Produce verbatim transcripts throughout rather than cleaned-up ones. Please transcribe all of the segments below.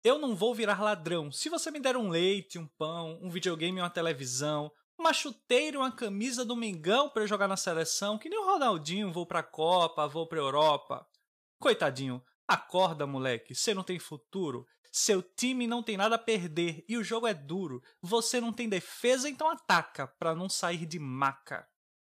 Eu não vou virar ladrão. Se você me der um leite, um pão, um videogame e uma televisão, uma chuteira e uma camisa do Mengão pra eu jogar na seleção, que nem o Ronaldinho, vou pra Copa, vou pra Europa. Coitadinho, acorda, moleque, você não tem futuro. Seu time não tem nada a perder e o jogo é duro. Você não tem defesa, então ataca pra não sair de maca.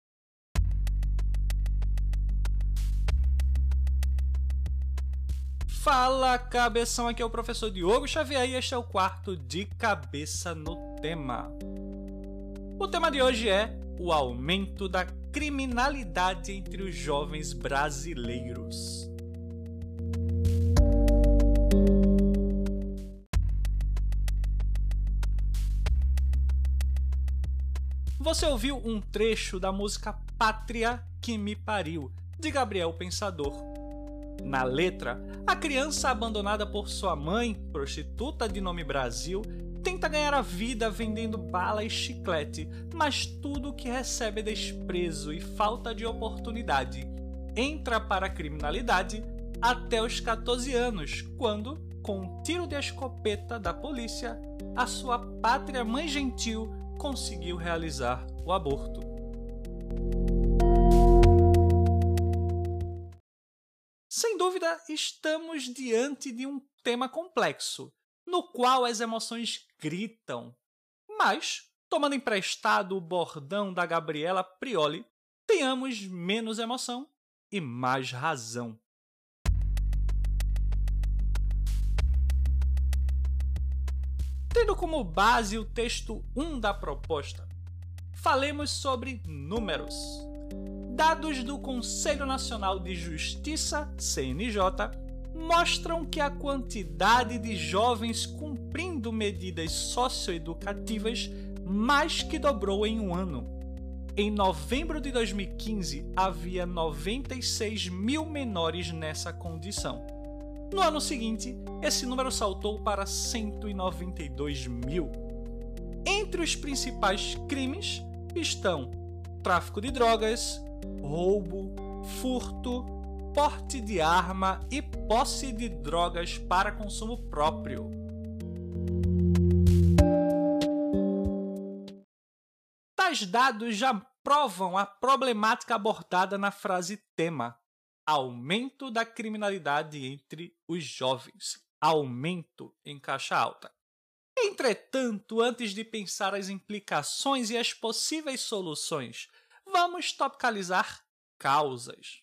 Fala, cabeção, aqui é o professor Diogo Xavier e este é o quarto de Cabeça no Tema. O tema de hoje é o aumento da criminalidade entre os jovens brasileiros. Você ouviu um trecho da música Pátria que me pariu, de Gabriel Pensador. Na letra, a criança abandonada por sua mãe, prostituta de nome Brasil, tenta ganhar a vida vendendo bala e chiclete, mas tudo o que recebe é desprezo e falta de oportunidade. Entra para a criminalidade até os quatorze anos, quando, com um tiro de escopeta da polícia, a sua pátria mãe gentil conseguiu realizar o aborto. Sem dúvida, estamos diante de um tema complexo, no qual as emoções gritam. Mas, tomando emprestado o bordão da Gabriela Prioli, tenhamos menos emoção e mais razão. Tendo como base o texto um da proposta, falemos sobre números. Dados do Conselho Nacional de Justiça, C N J, mostram que a quantidade de jovens cumprindo medidas socioeducativas mais que dobrou em um ano. Em novembro de dois mil e quinze, havia noventa e seis mil menores nessa condição. No ano seguinte, esse número saltou para cento e noventa e dois mil. Entre os principais crimes estão tráfico de drogas, roubo, furto, porte de arma e posse de drogas para consumo próprio. Tais dados já provam a problemática abordada na frase tema: aumento da criminalidade entre os jovens. Aumento em caixa alta. Entretanto, antes de pensar as implicações e as possíveis soluções, vamos topicalizar causas.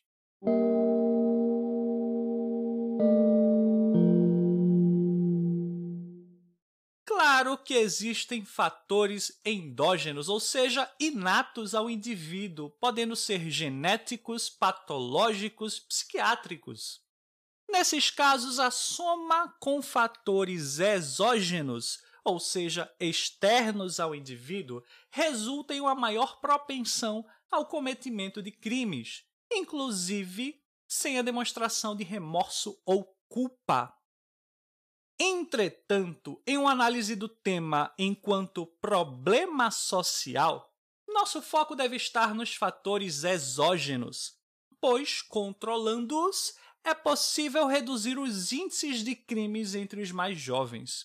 Claro que existem fatores endógenos, ou seja, inatos ao indivíduo, podendo ser genéticos, patológicos, psiquiátricos. Nesses casos, a soma com fatores exógenos, ou seja, externos ao indivíduo, resulta em uma maior propensão ao cometimento de crimes, inclusive sem a demonstração de remorso ou culpa. Entretanto, em uma análise do tema enquanto problema social, nosso foco deve estar nos fatores exógenos, pois, controlando-os, é possível reduzir os índices de crimes entre os mais jovens.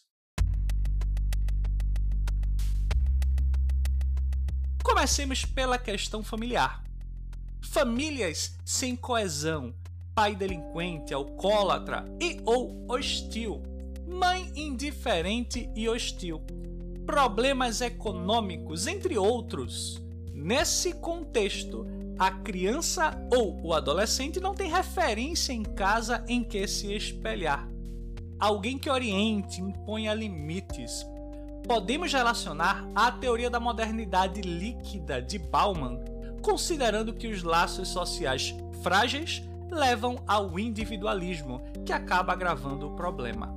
Comecemos pela questão familiar. Famílias sem coesão, pai delinquente, alcoólatra e ou hostil, mãe indiferente e hostil, problemas econômicos, entre outros. Nesse contexto, a criança ou o adolescente não tem referência em casa em que se espelhar. Alguém que oriente, imponha limites. Podemos relacionar à teoria da modernidade líquida de Bauman, considerando que os laços sociais frágeis levam ao individualismo, que acaba agravando o problema.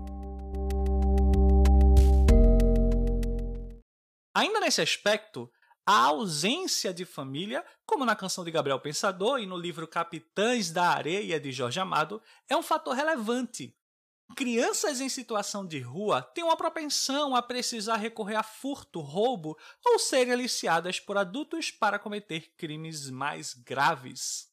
Ainda nesse aspecto, a ausência de família, como na canção de Gabriel Pensador e no livro Capitães da Areia, de Jorge Amado, é um fator relevante. Crianças em situação de rua têm uma propensão a precisar recorrer a furto, roubo ou serem aliciadas por adultos para cometer crimes mais graves.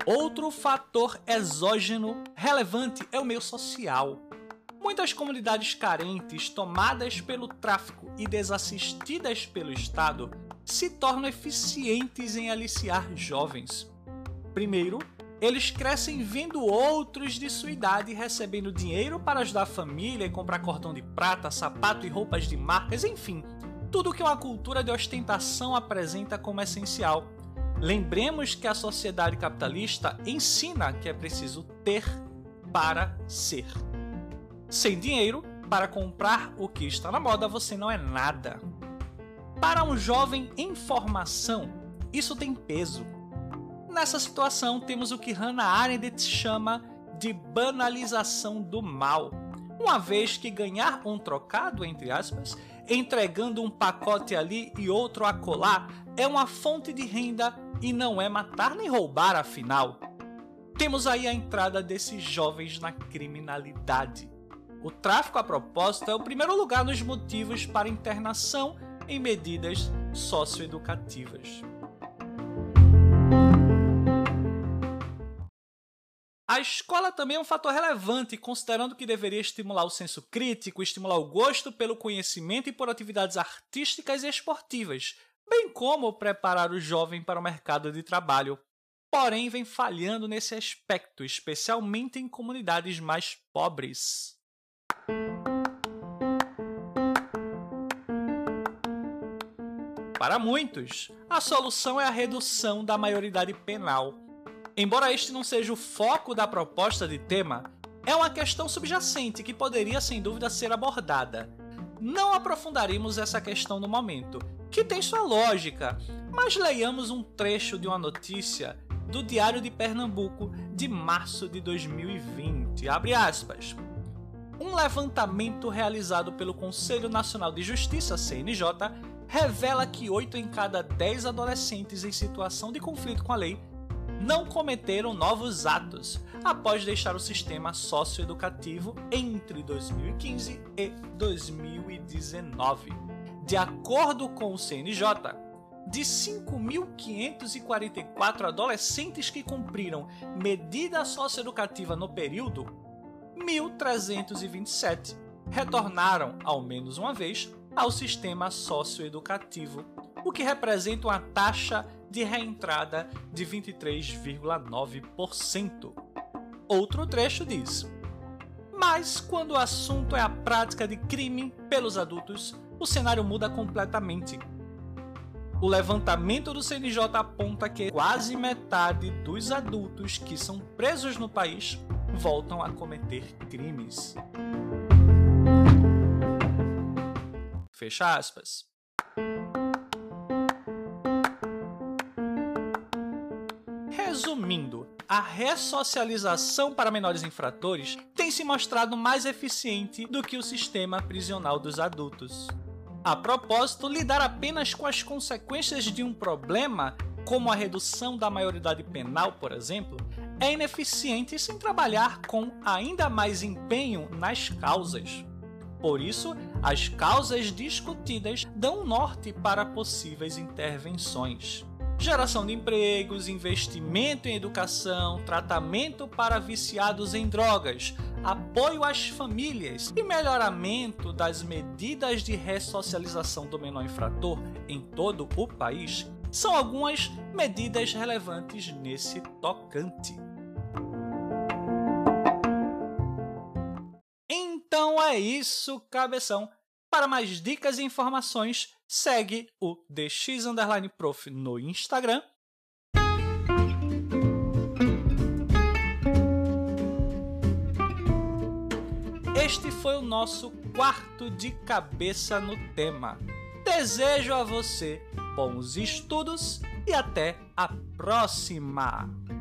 Outro fator exógeno relevante é o meio social. Muitas comunidades carentes, tomadas pelo tráfico e desassistidas pelo Estado, se tornam eficientes em aliciar jovens. Primeiro, eles crescem vendo outros de sua idade recebendo dinheiro para ajudar a família e comprar cordão de prata, sapato e roupas de marcas, enfim, tudo que uma cultura de ostentação apresenta como essencial. Lembremos que a sociedade capitalista ensina que é preciso ter para ser. Sem dinheiro, para comprar o que está na moda, você não é nada. Para um jovem em formação, isso tem peso. Nessa situação, temos o que Hannah Arendt chama de banalização do mal, uma vez que ganhar um trocado, entre aspas, entregando um pacote ali e outro acolá, é uma fonte de renda e não é matar nem roubar, afinal. Temos aí a entrada desses jovens na criminalidade. O tráfico, a propósito, é o primeiro lugar nos motivos para internação em medidas socioeducativas. A escola também é um fator relevante, considerando que deveria estimular o senso crítico, estimular o gosto pelo conhecimento e por atividades artísticas e esportivas, bem como preparar o jovem para o mercado de trabalho. Porém, vem falhando nesse aspecto, especialmente em comunidades mais pobres. Para muitos, a solução é a redução da maioridade penal. Embora este não seja o foco da proposta de tema, é uma questão subjacente que poderia sem dúvida ser abordada. Não aprofundaremos essa questão no momento, que tem sua lógica, mas leiamos um trecho de uma notícia do Diário de Pernambuco de março de dois mil e vinte. Abre aspas. Um levantamento realizado pelo Conselho Nacional de Justiça, C N J, revela que oito em cada dez adolescentes em situação de conflito com a lei não cometeram novos atos após deixar o sistema socioeducativo entre dois mil e quinze e dois mil e dezenove. De acordo com o C N J, de cinco mil quinhentos e quarenta e quatro adolescentes que cumpriram medida socioeducativa no período, mil trezentos e vinte e sete retornaram, ao menos uma vez, ao sistema socioeducativo, o que representa uma taxa de reentrada de vinte e três vírgula nove por cento. Outro trecho diz: mas quando o assunto é a prática de crime pelos adultos, o cenário muda completamente. O levantamento do C N J aponta que quase metade dos adultos que são presos no país voltam a cometer crimes. Fecha aspas. Resumindo, a ressocialização para menores infratores tem se mostrado mais eficiente do que o sistema prisional dos adultos. A propósito, lidar apenas com as consequências de um problema, como a redução da maioridade penal, por exemplo, é ineficiente sem trabalhar com ainda mais empenho nas causas. Por isso, as causas discutidas dão norte para possíveis intervenções. Geração de empregos, investimento em educação, tratamento para viciados em drogas, apoio às famílias e melhoramento das medidas de ressocialização do menor infrator em todo o país são algumas medidas relevantes nesse tocante. Então é isso, cabeção. Para mais dicas e informações, segue o D X underline prof no Instagram. Este foi o nosso quarto de cabeça no tema. Desejo a você bons estudos e até a próxima!